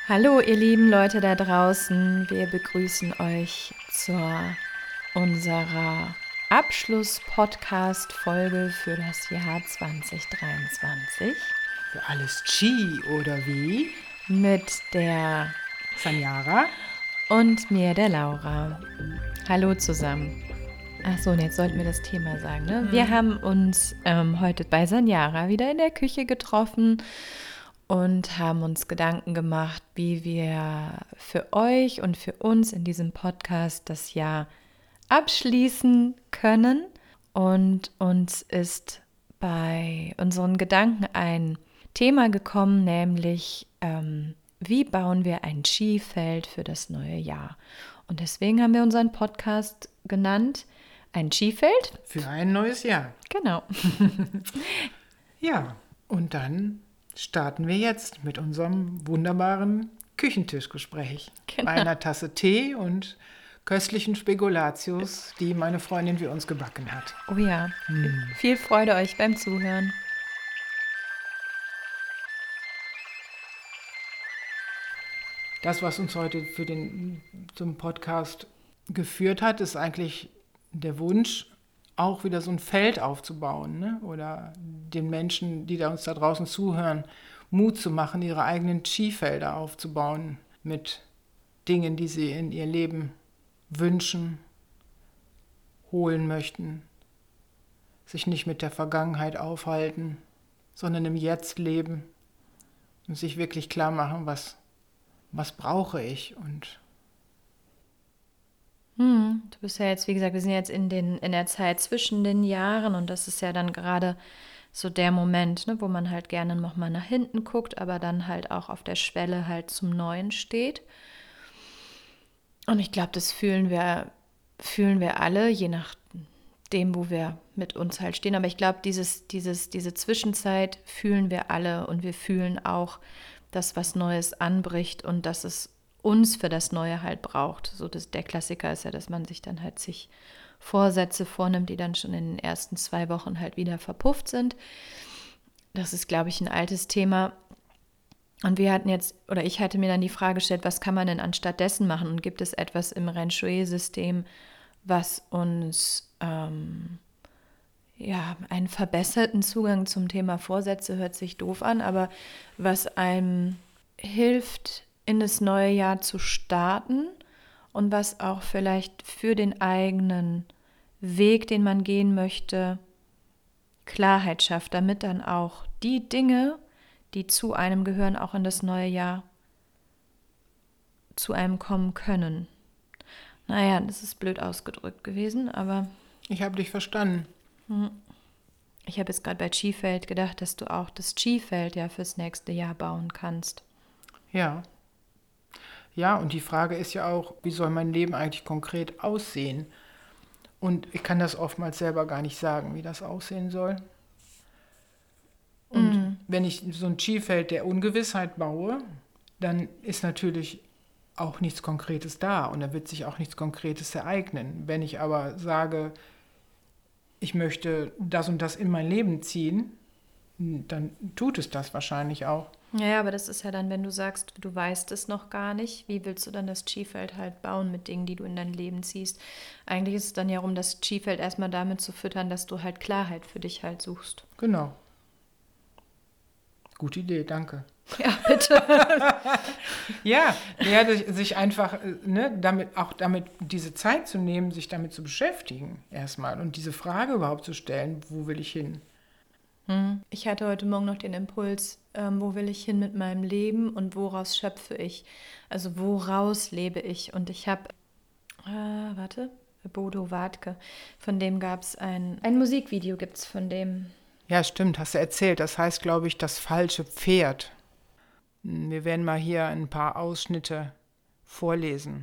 Hallo ihr lieben Leute da draußen, wir begrüßen euch zu unserer Abschluss-Podcast-Folge für das Jahr 2023 Für alles Chi oder wie? mit der Sanjara? und mir, der Laura. Hallo zusammen. Achso, und jetzt sollten wir das Thema sagen, ne? Wir haben uns heute bei Sanjara wieder in der Küche getroffen und haben uns Gedanken gemacht, wie wir für euch und für uns in diesem Podcast das Jahr abschließen können. Und uns ist bei unseren Gedanken ein Thema gekommen, nämlich wie bauen wir ein Chi-Feld für das neue Jahr? Und deswegen haben wir unseren Podcast genannt, ein Chi-Feld. Für ein neues Jahr. Genau. Ja, und dann starten wir jetzt mit unserem wunderbaren Küchentischgespräch. Genau. Bei einer Tasse Tee und köstlichen Spekulatius, die meine Freundin für uns gebacken hat. Oh ja, viel Freude euch beim Zuhören. Das, was uns heute zum Podcast geführt hat, ist eigentlich der Wunsch, auch wieder so ein Feld aufzubauen, ne? Oder den Menschen, die da uns da draußen zuhören, Mut zu machen, ihre eigenen Chi-Felder aufzubauen mit Dingen, die sie in ihr Leben wünschen, holen möchten, sich nicht mit der Vergangenheit aufhalten, sondern im Jetzt leben und sich wirklich klar machen, was brauche ich und Du bist ja jetzt, wie gesagt, wir sind jetzt in der Zeit zwischen den Jahren und das ist ja dann gerade so der Moment, ne, wo man halt gerne nochmal nach hinten guckt, aber dann halt auch auf der Schwelle halt zum Neuen steht. Und ich glaube, das fühlen wir alle, je nachdem, wo wir mit uns halt stehen. Aber ich glaube, diese Zwischenzeit fühlen wir alle und wir fühlen auch, dass was Neues anbricht und dass es uns für das Neue halt braucht. So der Klassiker ist ja, dass man sich dann halt sich Vorsätze vornimmt, die dann schon in den ersten 2 Wochen halt wieder verpufft sind. Das ist, glaube ich, ein altes Thema. Und ich hatte mir dann die Frage gestellt, was kann man denn anstatt dessen machen? Und gibt es etwas im Ren Shui-System, was uns einen verbesserten Zugang zum Thema Vorsätze, hört sich doof an, aber was einem hilft, in das neue Jahr zu starten und was auch vielleicht für den eigenen Weg, den man gehen möchte, Klarheit schafft, damit dann auch die Dinge, die zu einem gehören, auch in das neue Jahr zu einem kommen können. Naja, das ist blöd ausgedrückt gewesen, aber ich habe dich verstanden. Ich habe jetzt gerade bei Chi-Feld gedacht, dass du auch das Chi-Feld ja fürs nächste Jahr bauen kannst. Ja. Ja, und die Frage ist ja auch, wie soll mein Leben eigentlich konkret aussehen? Und ich kann das oftmals selber gar nicht sagen, wie das aussehen soll. Und wenn ich so ein Chi-Feld der Ungewissheit baue, dann ist natürlich auch nichts Konkretes da und dann wird sich auch nichts Konkretes ereignen. Wenn ich aber sage, ich möchte das und das in mein Leben ziehen, dann tut es das wahrscheinlich auch. Ja, aber das ist ja dann, wenn du sagst, du weißt es noch gar nicht, wie willst du dann das Chi-Feld halt bauen mit Dingen, die du in dein Leben ziehst? Eigentlich ist es dann ja um das Chi-Feld erstmal damit zu füttern, dass du halt Klarheit für dich halt suchst. Genau. Gute Idee, danke. Ja, bitte. Ja, sich einfach, ne, damit diese Zeit zu nehmen, sich damit zu beschäftigen erstmal und diese Frage überhaupt zu stellen, wo will ich hin? Ich hatte heute Morgen noch den Impuls, wo will ich hin mit meinem Leben und woraus schöpfe ich? Also woraus lebe ich? Und ich habe, Bodo Wartke, von dem gab es ein Musikvideo, gibt es von dem. Ja, stimmt, hast du erzählt. Das heißt, glaube ich, das falsche Pferd. Wir werden mal hier ein paar Ausschnitte vorlesen.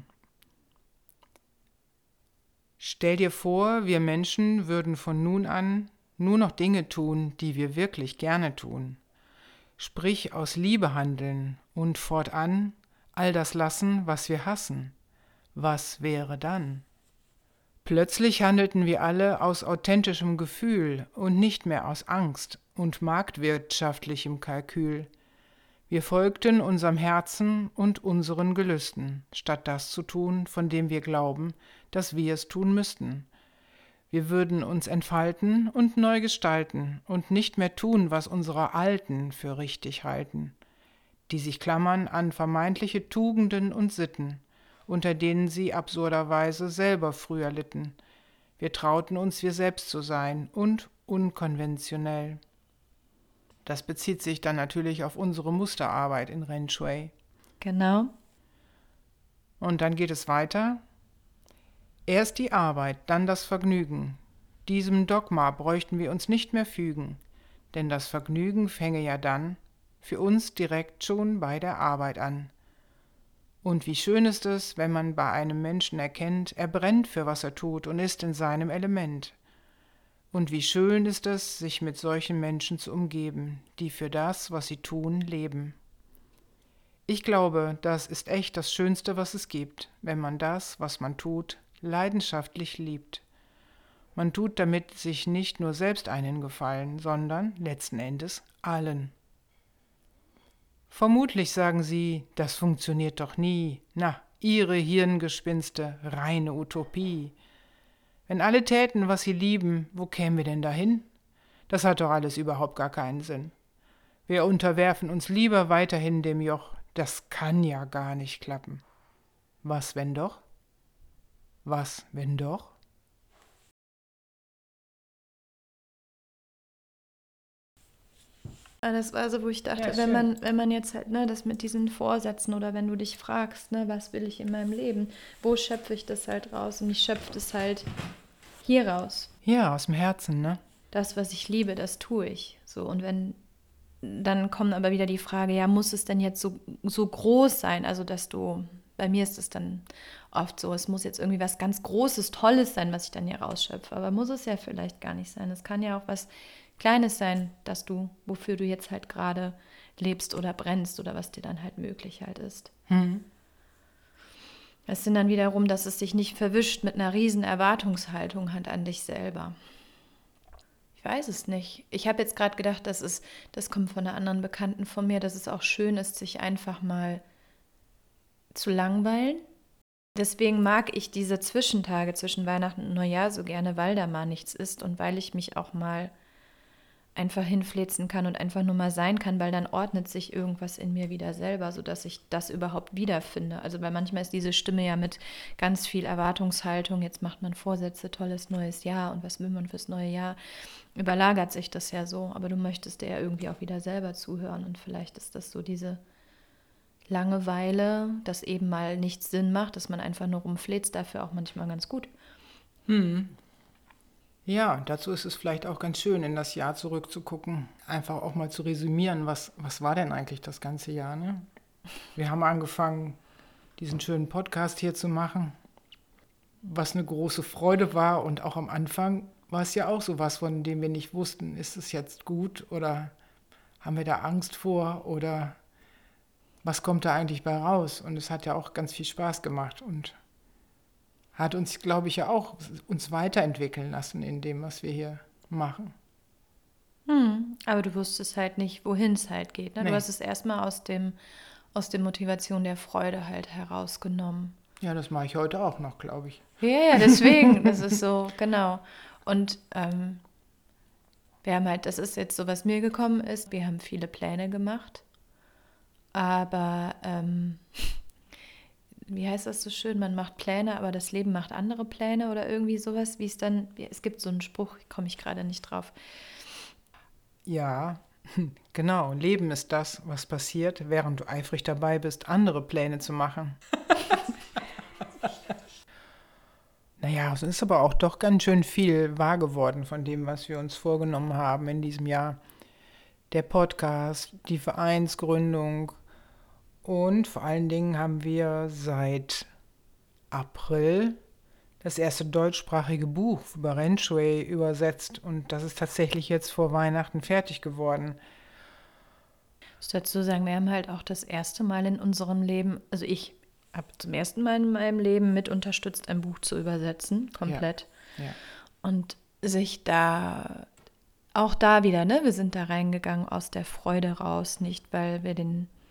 Stell dir vor, wir Menschen würden von nun an nur noch Dinge tun, die wir wirklich gerne tun. Sprich aus Liebe handeln und fortan all das lassen, was wir hassen. Was wäre dann? Plötzlich handelten wir alle aus authentischem Gefühl und nicht mehr aus Angst und marktwirtschaftlichem Kalkül. Wir folgten unserem Herzen und unseren Gelüsten, statt das zu tun, von dem wir glauben, dass wir es tun müssten. Wir würden uns entfalten und neu gestalten und nicht mehr tun, was unsere Alten für richtig halten, die sich klammern an vermeintliche Tugenden und Sitten, unter denen sie absurderweise selber früher litten. Wir trauten uns, wir selbst zu sein und unkonventionell. Das bezieht sich dann natürlich auf unsere Musterarbeit in Ren Shui. Genau. Und dann geht es weiter. Erst die Arbeit, dann das Vergnügen. Diesem Dogma bräuchten wir uns nicht mehr fügen, denn das Vergnügen fänge ja dann für uns direkt schon bei der Arbeit an. Und wie schön ist es, wenn man bei einem Menschen erkennt, er brennt für was er tut und ist in seinem Element. Und wie schön ist es, sich mit solchen Menschen zu umgeben, die für das, was sie tun, leben. Ich glaube, das ist echt das Schönste, was es gibt, wenn man das, was man tut, leidenschaftlich liebt. Man tut damit sich nicht nur selbst einen Gefallen, sondern letzten Endes allen. Vermutlich sagen Sie, das funktioniert doch nie. Na, Ihre Hirngespinste, reine Utopie. Wenn alle täten, was sie lieben, wo kämen wir denn dahin? Das hat doch alles überhaupt gar keinen Sinn. Wir unterwerfen uns lieber weiterhin dem Joch. Das kann ja gar nicht klappen. Was, wenn doch? Was, wenn doch? Das war so, wo ich dachte, Ja, wenn man jetzt halt, ne, das mit diesen Vorsätzen oder wenn du dich fragst, ne, was will ich in meinem Leben, wo schöpfe ich das halt raus? Und ich schöpfe das halt hier raus. Ja, aus dem Herzen, ne? Das, was ich liebe, das tue ich. So, und dann kommt aber wieder die Frage, ja, muss es denn jetzt so groß sein? Also, bei mir ist es dann oft so, es muss jetzt irgendwie was ganz Großes, Tolles sein, was ich dann hier rausschöpfe. Aber muss es ja vielleicht gar nicht sein. Es kann ja auch was Kleines sein, wofür du jetzt halt gerade lebst oder brennst oder was dir dann halt möglich halt ist. Es sind dann wiederum, dass es sich nicht verwischt mit einer riesen Erwartungshaltung halt an dich selber. Ich weiß es nicht. Ich habe jetzt gerade gedacht, das kommt von einer anderen Bekannten von mir, dass es auch schön ist, sich einfach mal zu langweilen. Deswegen mag ich diese Zwischentage zwischen Weihnachten und Neujahr so gerne, weil da mal nichts ist und weil ich mich auch mal einfach hinfläzen kann und einfach nur mal sein kann, weil dann ordnet sich irgendwas in mir wieder selber, sodass ich das überhaupt wiederfinde. Also weil manchmal ist diese Stimme ja mit ganz viel Erwartungshaltung, jetzt macht man Vorsätze, tolles neues Jahr und was will man fürs neue Jahr, überlagert sich das ja so, aber du möchtest dir ja irgendwie auch wieder selber zuhören und vielleicht ist das so diese Langeweile, dass eben mal nichts Sinn macht, dass man einfach nur rumfläzt, dafür auch manchmal ganz gut. Ja, dazu ist es vielleicht auch ganz schön, in das Jahr zurückzugucken. Einfach auch mal zu resümieren, was war denn eigentlich das ganze Jahr, ne? Wir haben angefangen, diesen schönen Podcast hier zu machen, was eine große Freude war. Und auch am Anfang war es ja auch so was, von dem wir nicht wussten, ist es jetzt gut oder haben wir da Angst vor oder was kommt da eigentlich bei raus? Und es hat ja auch ganz viel Spaß gemacht und hat uns, glaube ich, ja auch uns weiterentwickeln lassen in dem, was wir hier machen. Aber du wusstest halt nicht, wohin es halt geht. Ne? Nee. Du hast es erstmal aus der Motivation der Freude halt herausgenommen. Ja, das mache ich heute auch noch, glaube ich. Ja, deswegen, das ist so, genau. Und wir haben halt, das ist jetzt so, was mir gekommen ist, wir haben viele Pläne gemacht, aber wie heißt das so schön, man macht Pläne, aber das Leben macht andere Pläne oder irgendwie sowas, es gibt so einen Spruch, komme ich gerade nicht drauf. Ja, genau. Leben ist das, was passiert, während du eifrig dabei bist, andere Pläne zu machen. Naja, es ist aber auch doch ganz schön viel wahr geworden von dem, was wir uns vorgenommen haben in diesem Jahr. Der Podcast, die Vereinsgründung und vor allen Dingen haben wir seit April das erste deutschsprachige Buch über Ren Shui übersetzt und das ist tatsächlich jetzt vor Weihnachten fertig geworden. Ich muss dazu sagen, wir haben halt auch das erste Mal in unserem Leben, also ich habe zum ersten Mal in meinem Leben mit unterstützt, ein Buch zu übersetzen, komplett. Ja. Und sich auch da wieder, ne, wir sind da reingegangen aus der Freude raus, nicht weil wir den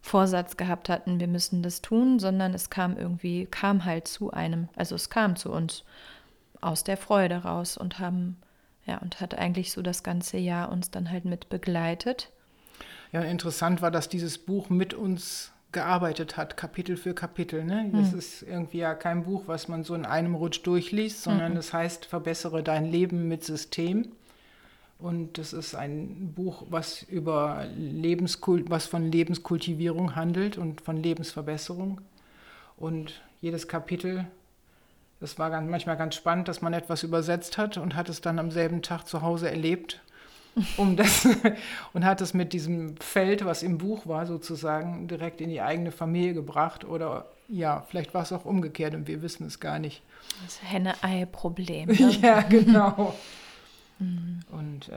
Vorsatz gehabt hatten, wir müssen das tun, sondern es kam halt zu einem, also es kam zu uns aus der Freude raus und hat eigentlich so das ganze Jahr uns dann halt mit begleitet. Ja, interessant war, dass dieses Buch mit uns gearbeitet hat, Kapitel für Kapitel. Ne? Das ist irgendwie ja kein Buch, was man so in einem Rutsch durchliest, sondern das heißt, verbessere dein Leben mit System. Und das ist ein Buch, was was von Lebenskultivierung handelt und von Lebensverbesserung. Und jedes Kapitel, das war manchmal ganz spannend, dass man etwas übersetzt hat und hat es dann am selben Tag zu Hause erlebt. Und hat es mit diesem Feld, was im Buch war, sozusagen direkt in die eigene Familie gebracht. Oder ja, vielleicht war es auch umgekehrt und wir wissen es gar nicht. Das Henne-Ei-Problem. Ne? Ja, genau. Und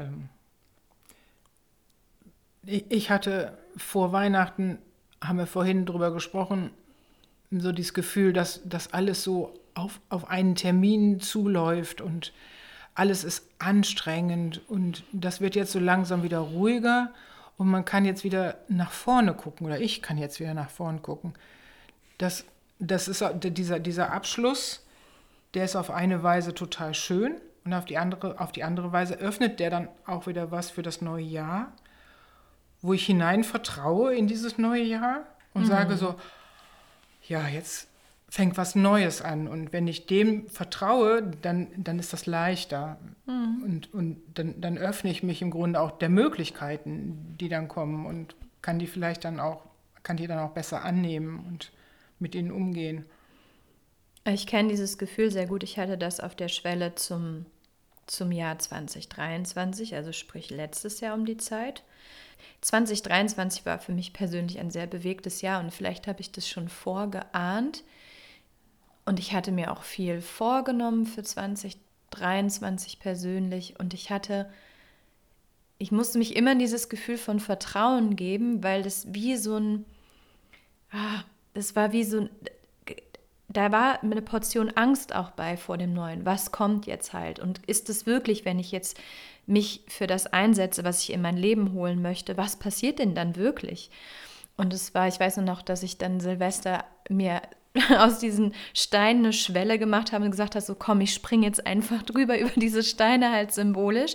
ich hatte vor Weihnachten, haben wir vorhin drüber gesprochen, so dieses Gefühl, dass das alles so auf einen Termin zuläuft und alles ist anstrengend und das wird jetzt so langsam wieder ruhiger und man kann jetzt wieder nach vorne gucken oder ich kann jetzt wieder nach vorne gucken. Das ist dieser Abschluss, der ist auf eine Weise total schön und auf die andere Weise öffnet der dann auch wieder was für das neue Jahr, wo ich hinein vertraue in dieses neue Jahr und sage so, ja, jetzt fängt was Neues an. Und wenn ich dem vertraue, dann ist das leichter. Und dann öffne ich mich im Grunde auch der Möglichkeiten, die dann kommen und kann die dann auch besser annehmen und mit ihnen umgehen. Ich kenne dieses Gefühl sehr gut. Ich hatte das auf der Schwelle zum Jahr 2023, also sprich letztes Jahr um die Zeit. 2023 war für mich persönlich ein sehr bewegtes Jahr und vielleicht habe ich das schon vorgeahnt. Und ich hatte mir auch viel vorgenommen für 2023 persönlich und ich musste mich immer dieses Gefühl von Vertrauen geben, weil das da war eine Portion Angst auch bei vor dem Neuen. Was kommt jetzt halt? Und ist es wirklich, wenn ich jetzt mich für das einsetze, was ich in mein Leben holen möchte, was passiert denn dann wirklich? Und ich weiß nur noch, dass ich dann Silvester mir aus diesen Steinen eine Schwelle gemacht habe und gesagt habe, so komm, ich springe jetzt einfach drüber über diese Steine halt symbolisch,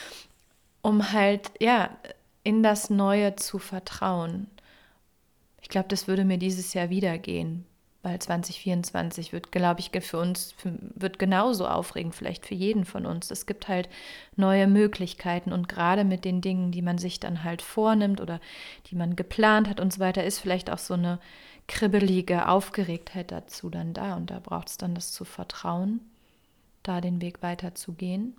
um halt, ja, in das Neue zu vertrauen. Ich glaube, das würde mir dieses Jahr wieder gehen, weil 2024 wird, glaube ich, für uns wird genauso aufregend, vielleicht für jeden von uns. Es gibt halt neue Möglichkeiten und gerade mit den Dingen, die man sich dann halt vornimmt oder die man geplant hat und so weiter, ist vielleicht auch so eine kribbelige Aufgeregtheit dazu dann da und da braucht es dann das zu vertrauen, da den Weg weiterzugehen.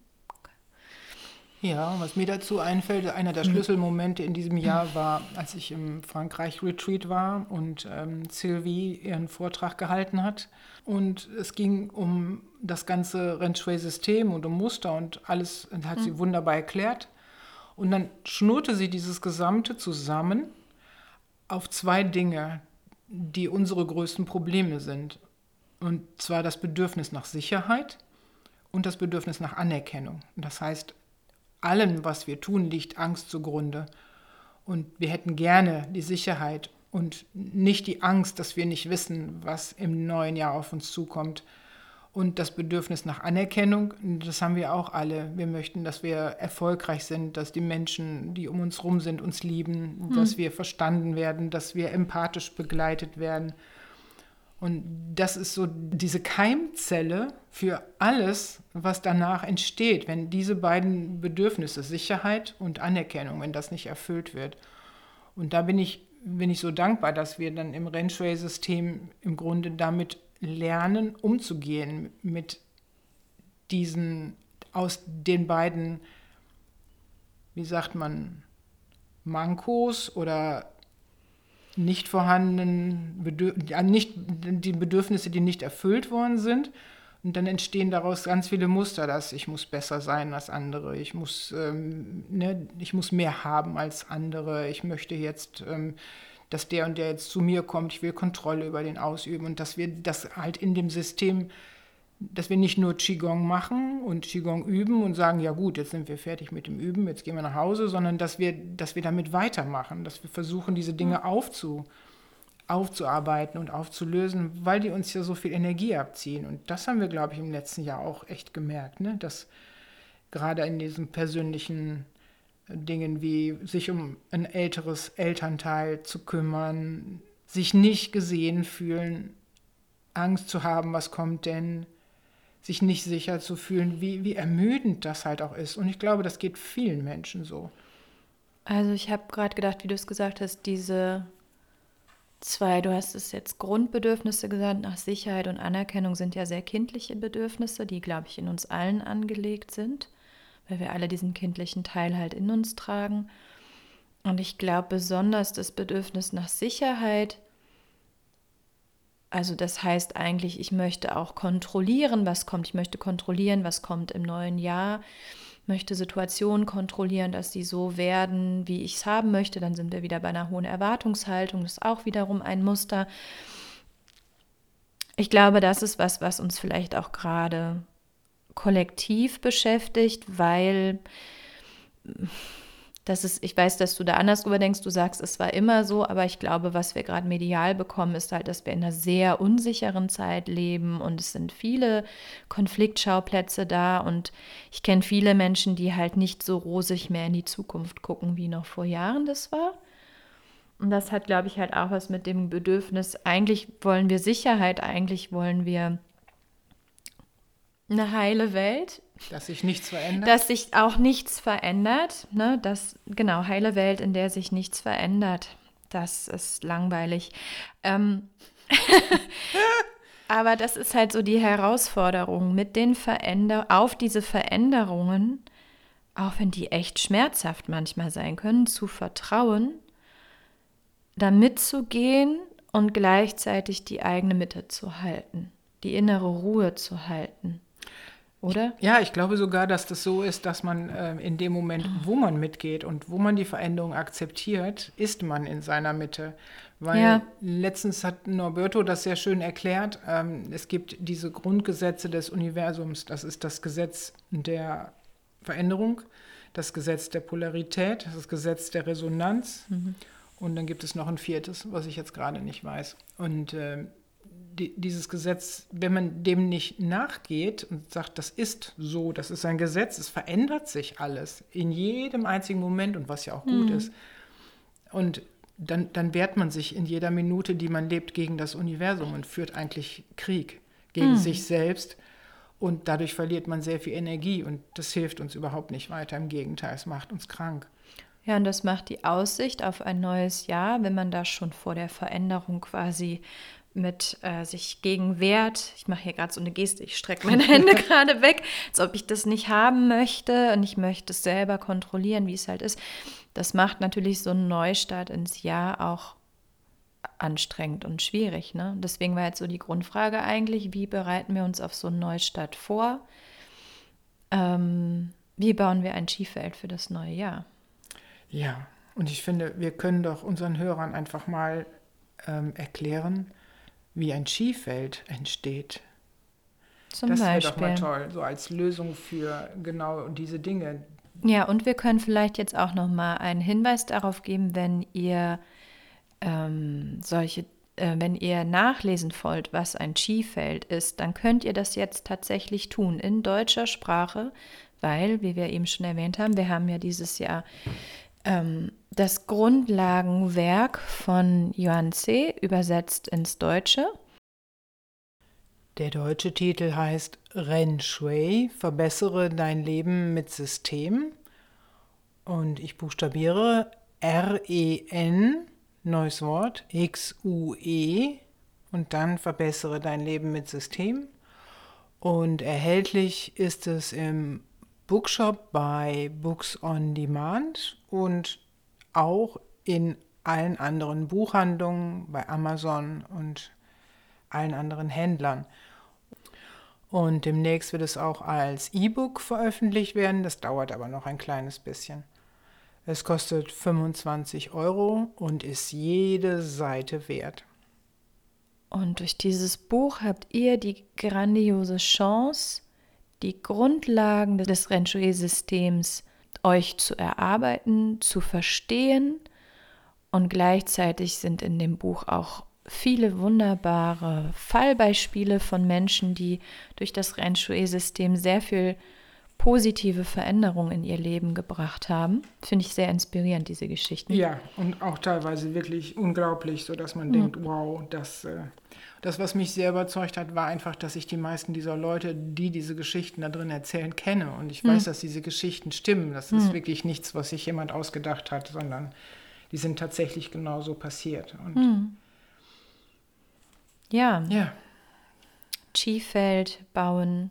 Ja, was mir dazu einfällt, einer der Schlüsselmomente in diesem Jahr war, als ich im Frankreich-Retreat war und Sylvie ihren Vortrag gehalten hat. Und es ging um das ganze Ren Shui-System und um Muster und alles hat sie wunderbar erklärt. Und dann schnurrte sie dieses Gesamte zusammen auf zwei Dinge, die unsere größten Probleme sind. Und zwar das Bedürfnis nach Sicherheit und das Bedürfnis nach Anerkennung. Das heißt, allem, was wir tun, liegt Angst zugrunde. Und wir hätten gerne die Sicherheit und nicht die Angst, dass wir nicht wissen, was im neuen Jahr auf uns zukommt. Und das Bedürfnis nach Anerkennung, das haben wir auch alle. Wir möchten, dass wir erfolgreich sind, dass die Menschen, die um uns rum sind, uns lieben, dass wir verstanden werden, dass wir empathisch begleitet werden. Und das ist so diese Keimzelle für alles, was danach entsteht, wenn diese beiden Bedürfnisse, Sicherheit und Anerkennung, wenn das nicht erfüllt wird. Und da bin ich so dankbar, dass wir dann im Ren Shui-System im Grunde damit lernen, umzugehen mit aus den beiden, wie sagt man, Mankos oder nicht vorhandenen die Bedürfnisse, die nicht erfüllt worden sind. Und dann entstehen daraus ganz viele Muster, dass ich muss besser sein als andere, ich muss mehr haben als andere, ich möchte jetzt, dass der und der jetzt zu mir kommt, ich will Kontrolle über den ausüben und dass wir das halt in dem System dass wir nicht nur Qigong machen und Qigong üben und sagen, ja gut, jetzt sind wir fertig mit dem Üben, jetzt gehen wir nach Hause, sondern dass wir damit weitermachen, dass wir versuchen, diese Dinge aufzuarbeiten und aufzulösen, weil die uns ja so viel Energie abziehen. Und das haben wir, glaube ich, im letzten Jahr auch echt gemerkt, ne? Dass gerade in diesen persönlichen Dingen wie sich um ein älteres Elternteil zu kümmern, sich nicht gesehen fühlen, Angst zu haben, was kommt denn, sich nicht sicher zu fühlen, wie ermüdend das halt auch ist. Und ich glaube, das geht vielen Menschen so. Also ich habe gerade gedacht, wie du es gesagt hast, diese zwei, du hast es jetzt Grundbedürfnisse gesagt, nach Sicherheit und Anerkennung sind ja sehr kindliche Bedürfnisse, die, glaube ich, in uns allen angelegt sind, weil wir alle diesen kindlichen Teil halt in uns tragen. Und ich glaube besonders das Bedürfnis nach Sicherheit, also das heißt eigentlich, ich möchte auch kontrollieren, was kommt. Ich möchte kontrollieren, was kommt im neuen Jahr. Ich möchte Situationen kontrollieren, dass sie so werden, wie ich es haben möchte. Dann sind wir wieder bei einer hohen Erwartungshaltung. Das ist auch wiederum ein Muster. Ich glaube, das ist was uns vielleicht auch gerade kollektiv beschäftigt, weil das ist, ich weiß, dass du da anders drüber denkst, du sagst, es war immer so, aber ich glaube, was wir gerade medial bekommen, ist halt, dass wir in einer sehr unsicheren Zeit leben und es sind viele Konfliktschauplätze da und ich kenne viele Menschen, die halt nicht so rosig mehr in die Zukunft gucken, wie noch vor Jahren das war. Und das hat, glaube ich, halt auch was mit dem Bedürfnis, eigentlich wollen wir Sicherheit, eigentlich wollen wir eine heile Welt. Dass sich nichts verändert? Dass sich auch nichts verändert. Ne? Genau, heile Welt, in der sich nichts verändert. Das ist langweilig. Aber das ist halt so die Herausforderung mit den auf diese Veränderungen, auch wenn die echt schmerzhaft manchmal sein können, zu vertrauen, da mitzugehen und gleichzeitig die eigene Mitte zu halten, die innere Ruhe zu halten. Oder? Ja, ich glaube sogar, dass das so ist, dass man in dem Moment, wo man mitgeht und wo man die Veränderung akzeptiert, ist man in seiner Mitte. Weil letztens hat Norberto das sehr schön erklärt. Es gibt diese Grundgesetze des Universums. Das ist das Gesetz der Veränderung, das Gesetz der Polarität, das Gesetz der Resonanz. Und dann gibt es noch ein viertes, was ich jetzt gerade nicht weiß. Und dieses Gesetz, wenn man dem nicht nachgeht und sagt, das ist so, das ist ein Gesetz, es verändert sich alles in jedem einzigen Moment und was ja auch gut ist. Und dann wehrt man sich in jeder Minute, die man lebt, gegen das Universum und führt eigentlich Krieg gegen sich selbst. Und dadurch verliert man sehr viel Energie und das hilft uns überhaupt nicht weiter. Im Gegenteil, es macht uns krank. Ja, und das macht die Aussicht auf ein neues Jahr, wenn man da schon vor der Veränderung quasi mit sich gegen wehrt. Ich mache hier gerade so eine Geste, ich strecke meine Hände gerade weg, als ob ich das nicht haben möchte und ich möchte es selber kontrollieren, wie es halt ist. Das macht natürlich so einen Neustart ins Jahr auch anstrengend und schwierig. Ne? Deswegen war jetzt so die Grundfrage eigentlich, wie bereiten wir uns auf so einen Neustart vor? Wie bauen wir ein Skifeld für das neue Jahr? Ja, und ich finde, wir können doch unseren Hörern einfach mal erklären, wie ein Skifeld entsteht. Das wäre doch mal toll, so als Lösung für genau diese Dinge. Ja, und wir können vielleicht jetzt auch noch mal einen Hinweis darauf geben, wenn ihr wenn ihr nachlesen wollt, was ein Skifeld ist, dann könnt ihr das jetzt tatsächlich tun in deutscher Sprache, weil, wie wir eben schon erwähnt haben, wir haben ja dieses Jahr das Grundlagenwerk von Yuan Tse übersetzt ins Deutsche. Der deutsche Titel heißt Ren Shui, verbessere dein Leben mit System. Und ich buchstabiere R-E-N, neues Wort, X-U-E und dann verbessere dein Leben mit System. Und erhältlich ist es im Bookshop bei Books on Demand und auch in allen anderen Buchhandlungen, bei Amazon und allen anderen Händlern. Und demnächst wird es auch als E-Book veröffentlicht werden, das dauert aber noch ein kleines bisschen. Es kostet 25 € und ist jede Seite wert. Und durch dieses Buch habt ihr die grandiose Chance, die Grundlagen des Renshui-Systems euch zu erarbeiten, zu verstehen. Und gleichzeitig sind in dem Buch auch viele wunderbare Fallbeispiele von Menschen, die durch das Renshui-System sehr viel positive Veränderungen in ihr Leben gebracht haben. Finde ich sehr inspirierend, diese Geschichten. Ja, und auch teilweise wirklich unglaublich, sodass man denkt, wow, das, was mich sehr überzeugt hat, war einfach, dass ich die meisten dieser Leute, die diese Geschichten da drin erzählen, kenne. Und ich weiß, dass diese Geschichten stimmen. Das ist wirklich nichts, was sich jemand ausgedacht hat, sondern die sind tatsächlich genauso passiert. Und Ja, ja, Chi-Feld bauen.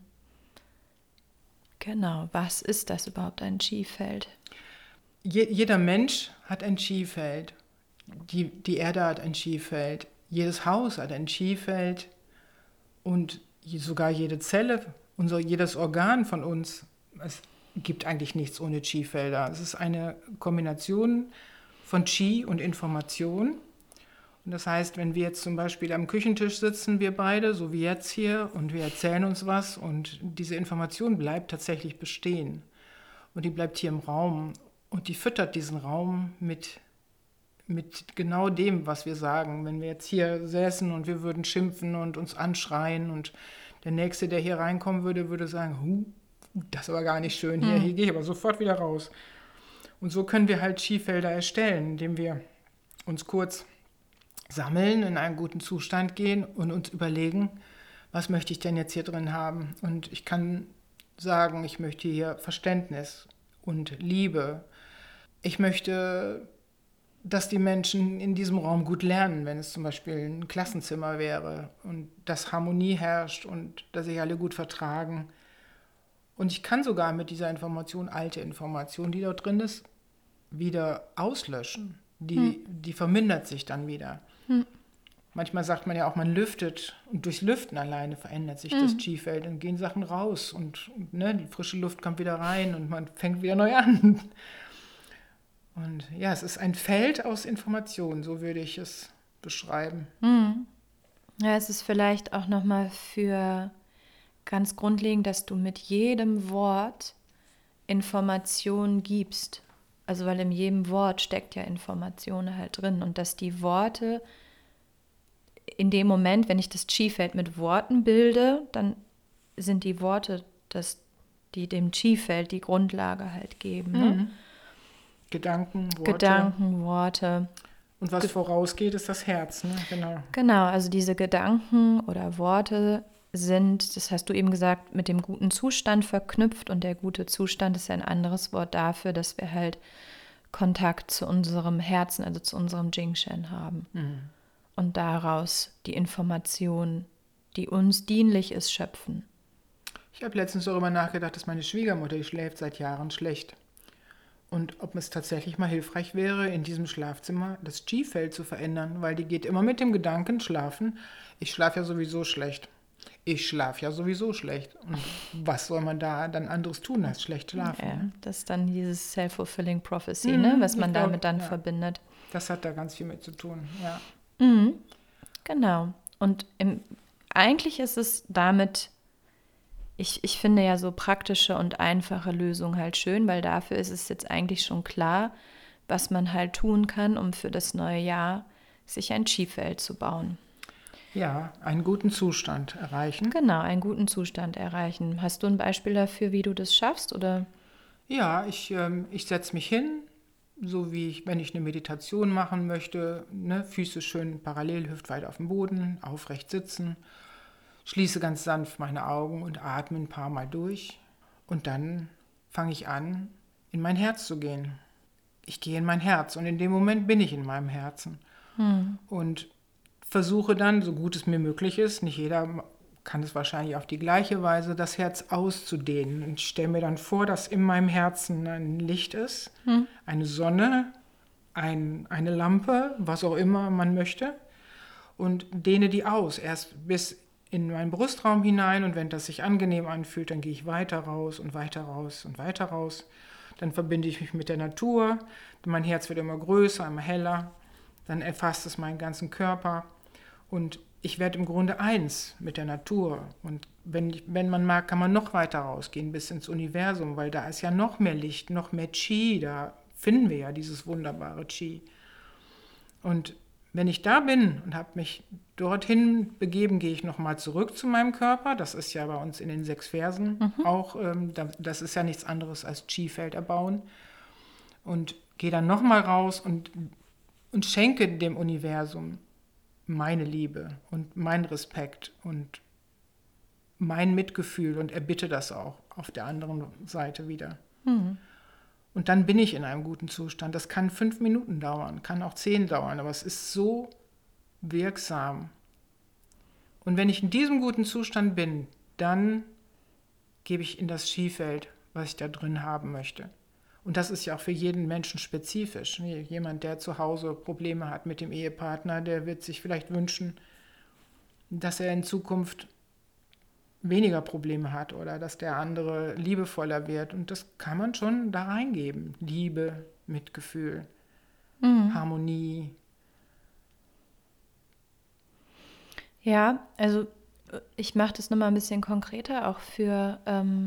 Genau, was ist das überhaupt, ein Chi-Feld? jeder Mensch hat ein Chi-Feld. Die Erde hat ein Chi-Feld. Jedes Haus hat ein Chi-Feld. Und sogar jede Zelle, jedes Organ von uns, es gibt eigentlich nichts ohne Chi-Felder. Es ist eine Kombination von Chi und Information. Und das heißt, wenn wir jetzt zum Beispiel am Küchentisch sitzen, wir beide, so wie jetzt hier, und wir erzählen uns was und diese Information bleibt tatsächlich bestehen. Und die bleibt hier im Raum und die füttert diesen Raum mit genau dem, was wir sagen. Wenn wir jetzt hier säßen und wir würden schimpfen und uns anschreien und der Nächste, der hier reinkommen würde, würde sagen, das ist aber gar nicht schön hier gehe ich aber sofort wieder raus. Und so können wir halt Chi-Felder erstellen, indem wir uns kurz sammeln, in einen guten Zustand gehen und uns überlegen, was möchte ich denn jetzt hier drin haben? Und ich kann sagen, ich möchte hier Verständnis und Liebe. Ich möchte, dass die Menschen in diesem Raum gut lernen, wenn es zum Beispiel ein Klassenzimmer wäre und dass Harmonie herrscht und dass sich alle gut vertragen. Und ich kann sogar mit dieser Information, alte Information, die dort drin ist, wieder auslöschen. Die vermindert sich dann wieder. Manchmal sagt man ja auch, man lüftet und durchs Lüften alleine verändert sich das Chi-Feld. Dann gehen Sachen raus und die frische Luft kommt wieder rein und man fängt wieder neu an. Und ja, es ist ein Feld aus Informationen, so würde ich es beschreiben. Ja, es ist vielleicht auch nochmal für ganz grundlegend, dass du mit jedem Wort Informationen gibst. Also weil in jedem Wort steckt ja Information halt drin und dass die Worte in dem Moment, wenn ich das Chi-Feld mit Worten bilde, dann sind die Worte, die dem Chi-Feld die Grundlage halt geben. Ne? Gedanken, Worte. Und was vorausgeht, ist das Herz, ne? Genau. Genau, also diese Gedanken oder Worte sind, das hast du eben gesagt, mit dem guten Zustand verknüpft und der gute Zustand ist ein anderes Wort dafür, dass wir halt Kontakt zu unserem Herzen, also zu unserem Jing-Shen haben. Und daraus die Information, die uns dienlich ist, schöpfen. Ich habe letztens darüber nachgedacht, dass meine Schwiegermutter, die schläft seit Jahren schlecht. Und ob es tatsächlich mal hilfreich wäre, in diesem Schlafzimmer das Chi-Feld zu verändern, weil die geht immer mit dem Gedanken schlafen, ich schlafe ja sowieso schlecht. Ich schlafe ja sowieso schlecht. Und was soll man da dann anderes tun, als schlecht schlafen? Ja, das ist dann dieses Self-Fulfilling Prophecy, ne, was man damit dann verbindet. Das hat da ganz viel mit zu tun, ja. Genau. Und eigentlich ist es damit, ich finde ja so praktische und einfache Lösungen halt schön, weil dafür ist es jetzt eigentlich schon klar, was man halt tun kann, um für das neue Jahr sich ein Chi-Feld zu bauen. Ja, einen guten Zustand erreichen. Genau, einen guten Zustand erreichen. Hast du ein Beispiel dafür, wie du das schaffst, oder? Ja, ich setze mich hin, so wie wenn ich eine Meditation machen möchte, ne, Füße schön parallel, hüftweit auf dem Boden, aufrecht sitzen, schließe ganz sanft meine Augen und atme ein paar Mal durch und dann fange ich an, in mein Herz zu gehen. Ich gehe in mein Herz und in dem Moment bin ich in meinem Herzen und versuche dann, so gut es mir möglich ist, nicht jeder kann es wahrscheinlich auf die gleiche Weise, das Herz auszudehnen. Und ich stelle mir dann vor, dass in meinem Herzen ein Licht ist, eine Sonne, eine Lampe, was auch immer man möchte, und dehne die aus, erst bis in meinen Brustraum hinein, und wenn das sich angenehm anfühlt, dann gehe ich weiter raus und weiter raus und weiter raus. Dann verbinde ich mich mit der Natur, mein Herz wird immer größer, immer heller, dann erfasst es meinen ganzen Körper und ich werde im Grunde eins mit der Natur. Und wenn man mag, kann man noch weiter rausgehen bis ins Universum, weil da ist ja noch mehr Licht, noch mehr Qi, da finden wir ja dieses wunderbare Qi. Und wenn ich da bin und habe mich dorthin begeben, gehe ich nochmal zurück zu meinem Körper. Das ist ja bei uns in den 6 Versen auch, das ist ja nichts anderes als Qi-Feld erbauen. Und gehe dann nochmal raus und schenke dem Universum meine Liebe und meinen Respekt und mein Mitgefühl und erbitte das auch auf der anderen Seite wieder. Und dann bin ich in einem guten Zustand. Das kann 5 Minuten dauern, kann auch 10 dauern, aber es ist so wirksam. Und wenn ich in diesem guten Zustand bin, dann gebe ich in das Qi-Feld, was ich da drin haben möchte. Und das ist ja auch für jeden Menschen spezifisch. Jemand, der zu Hause Probleme hat mit dem Ehepartner, der wird sich vielleicht wünschen, dass er in Zukunft weniger Probleme hat oder dass der andere liebevoller wird. Und das kann man schon da reingeben. Liebe, Mitgefühl, Harmonie. Ja, also ich mache das nochmal ein bisschen konkreter, auch für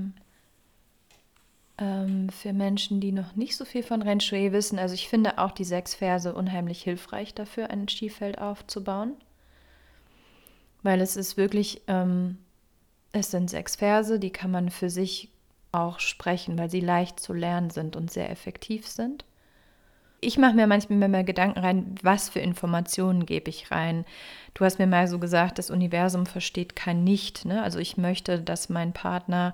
Menschen, die noch nicht so viel von Ren Shui wissen. Also ich finde auch die 6 Verse unheimlich hilfreich dafür, ein Qi-Feld aufzubauen. Weil es ist wirklich, es sind 6 Verse, die kann man für sich auch sprechen, weil sie leicht zu lernen sind und sehr effektiv sind. Ich mache mir manchmal mehr Gedanken rein, was für Informationen gebe ich rein. Du hast mir mal so gesagt, das Universum versteht kein Nicht. Ne? Also ich möchte, dass mein Partner,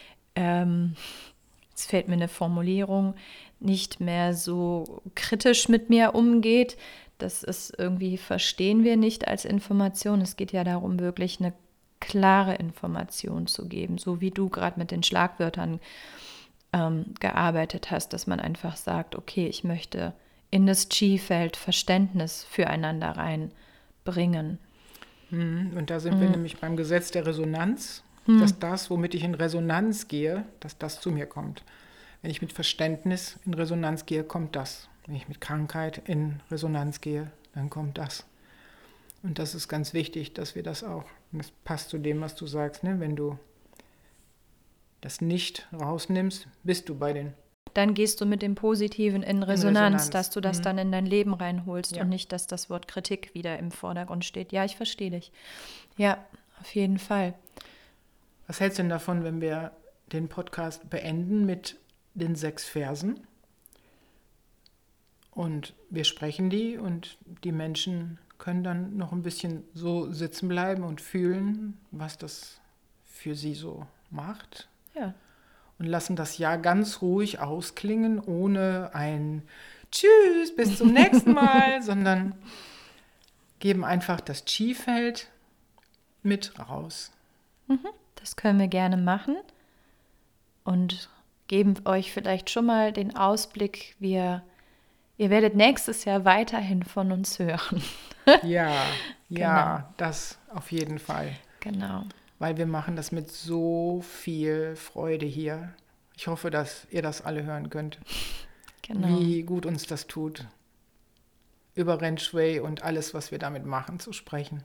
jetzt fällt mir eine Formulierung, nicht mehr so kritisch mit mir umgeht. Das ist irgendwie, verstehen wir nicht als Information. Es geht ja darum, wirklich eine klare Information zu geben, so wie du gerade mit den Schlagwörtern gearbeitet hast, dass man einfach sagt, okay, ich möchte in das Qi-Feld Verständnis füreinander reinbringen. Und da sind wir nämlich beim Gesetz der Resonanz, dass das, womit ich in Resonanz gehe, dass das zu mir kommt. Wenn ich mit Verständnis in Resonanz gehe, kommt das. Wenn ich mit Krankheit in Resonanz gehe, dann kommt das. Und das ist ganz wichtig, dass wir das auch, und das passt zu dem, was du sagst, ne? Wenn du das nicht rausnimmst, bist du bei den... Dann gehst du mit dem Positiven in Resonanz, dass du das dann in dein Leben reinholst und nicht, dass das Wort Kritik wieder im Vordergrund steht. Ja, ich verstehe dich. Ja, auf jeden Fall. Was hältst du denn davon, wenn wir den Podcast beenden mit den 6 Versen? Und wir sprechen die und die Menschen können dann noch ein bisschen so sitzen bleiben und fühlen, was das für sie so macht. Ja. Und lassen das Jahr ganz ruhig ausklingen, ohne ein Tschüss, bis zum nächsten Mal, sondern geben einfach das Qi-Feld mit raus. Das können wir gerne machen und geben euch vielleicht schon mal den Ausblick, ihr werdet nächstes Jahr weiterhin von uns hören. Ja, Genau. das auf jeden Fall. Genau. Weil wir machen das mit so viel Freude hier. Ich hoffe, dass ihr das alle hören könnt. Genau. Wie gut uns das tut, über Ren Shui und alles, was wir damit machen, zu sprechen.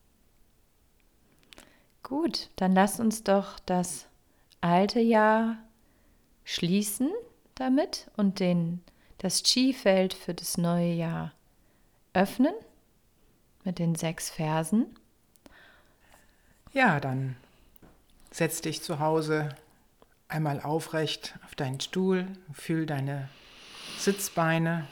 Gut, dann lasst uns doch das alte Jahr schließen damit und das Qi-Feld für das neue Jahr öffnen mit den 6 Versen. Ja, dann setz dich zu Hause einmal aufrecht auf deinen Stuhl, fühl deine Sitzbeine,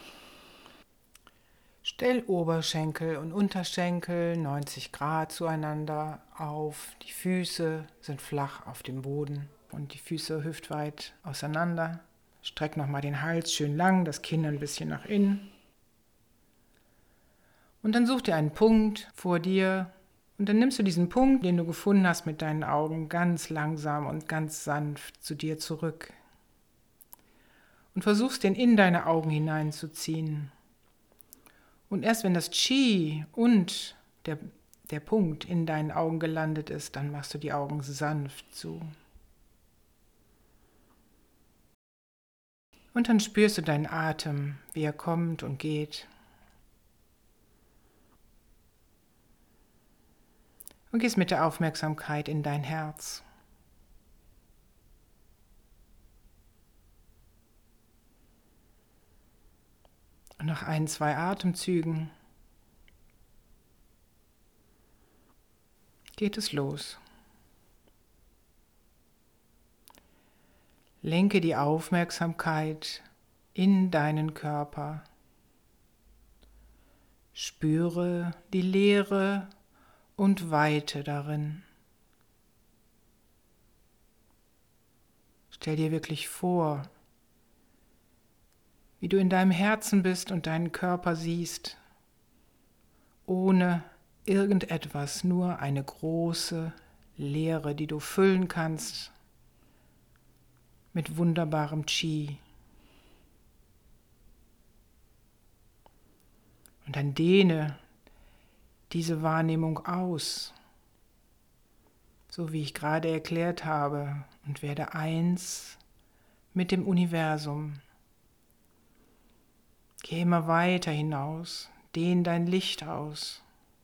stell Oberschenkel und Unterschenkel 90 Grad zueinander auf, die Füße sind flach auf dem Boden und die Füße hüftweit auseinander. Streck nochmal den Hals schön lang, das Kinn ein bisschen nach innen. Und dann such dir einen Punkt vor dir und dann nimmst du diesen Punkt, den du gefunden hast, mit deinen Augen ganz langsam und ganz sanft zu dir zurück. Und versuchst den in deine Augen hineinzuziehen. Und erst wenn das Qi und der Punkt in deinen Augen gelandet ist, dann machst du die Augen sanft zu. Und dann spürst du deinen Atem, wie er kommt und geht. und gehst mit der Aufmerksamkeit in dein Herz. Und nach 1, 2 Atemzügen geht es los. Lenke die Aufmerksamkeit in deinen Körper. Spüre die Leere und Weite darin. Stell dir wirklich vor, wie du in deinem Herzen bist und deinen Körper siehst, ohne irgendetwas, nur eine große Leere, die du füllen kannst mit wunderbarem Qi. Und dann dehne diese Wahrnehmung aus, so wie ich gerade erklärt habe, und werde eins mit dem Universum. Geh immer weiter hinaus, dehn dein Licht aus.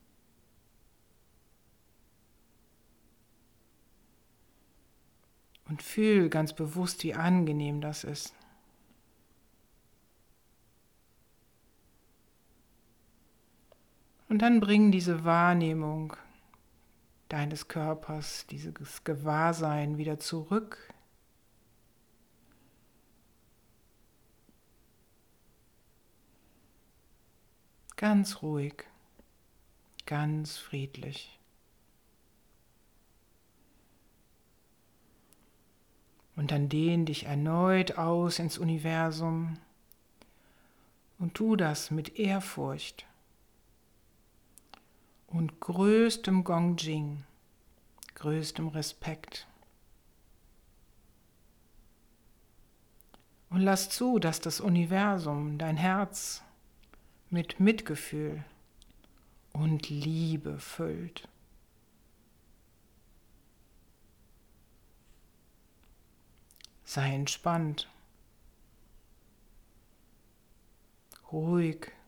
Und fühl ganz bewusst, wie angenehm das ist. Und dann bring diese Wahrnehmung deines Körpers, dieses Gewahrsein wieder zurück. Ganz ruhig, ganz friedlich. Und dann dehn dich erneut aus ins Universum und tu das mit Ehrfurcht und größtem Gongjing, größtem Respekt. Und lass zu, dass das Universum, dein Herz, mit Mitgefühl und Liebe füllt. Sei entspannt, ruhig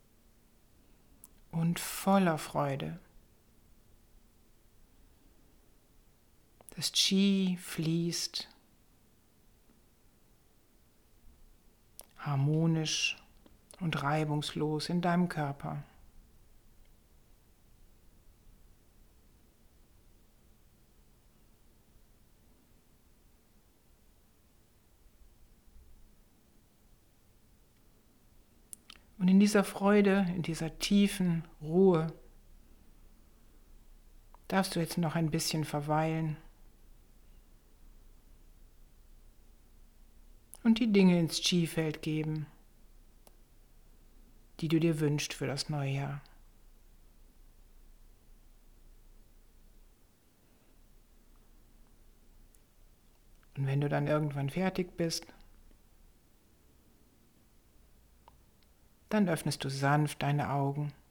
und voller Freude. Das Qi fließt harmonisch und reibungslos in deinem Körper. Und in dieser Freude, in dieser tiefen Ruhe, darfst du jetzt noch ein bisschen verweilen und die Dinge ins Qi-Feld geben, die du dir wünschst für das neue Jahr. Und wenn du dann irgendwann fertig bist, dann öffnest du sanft deine Augen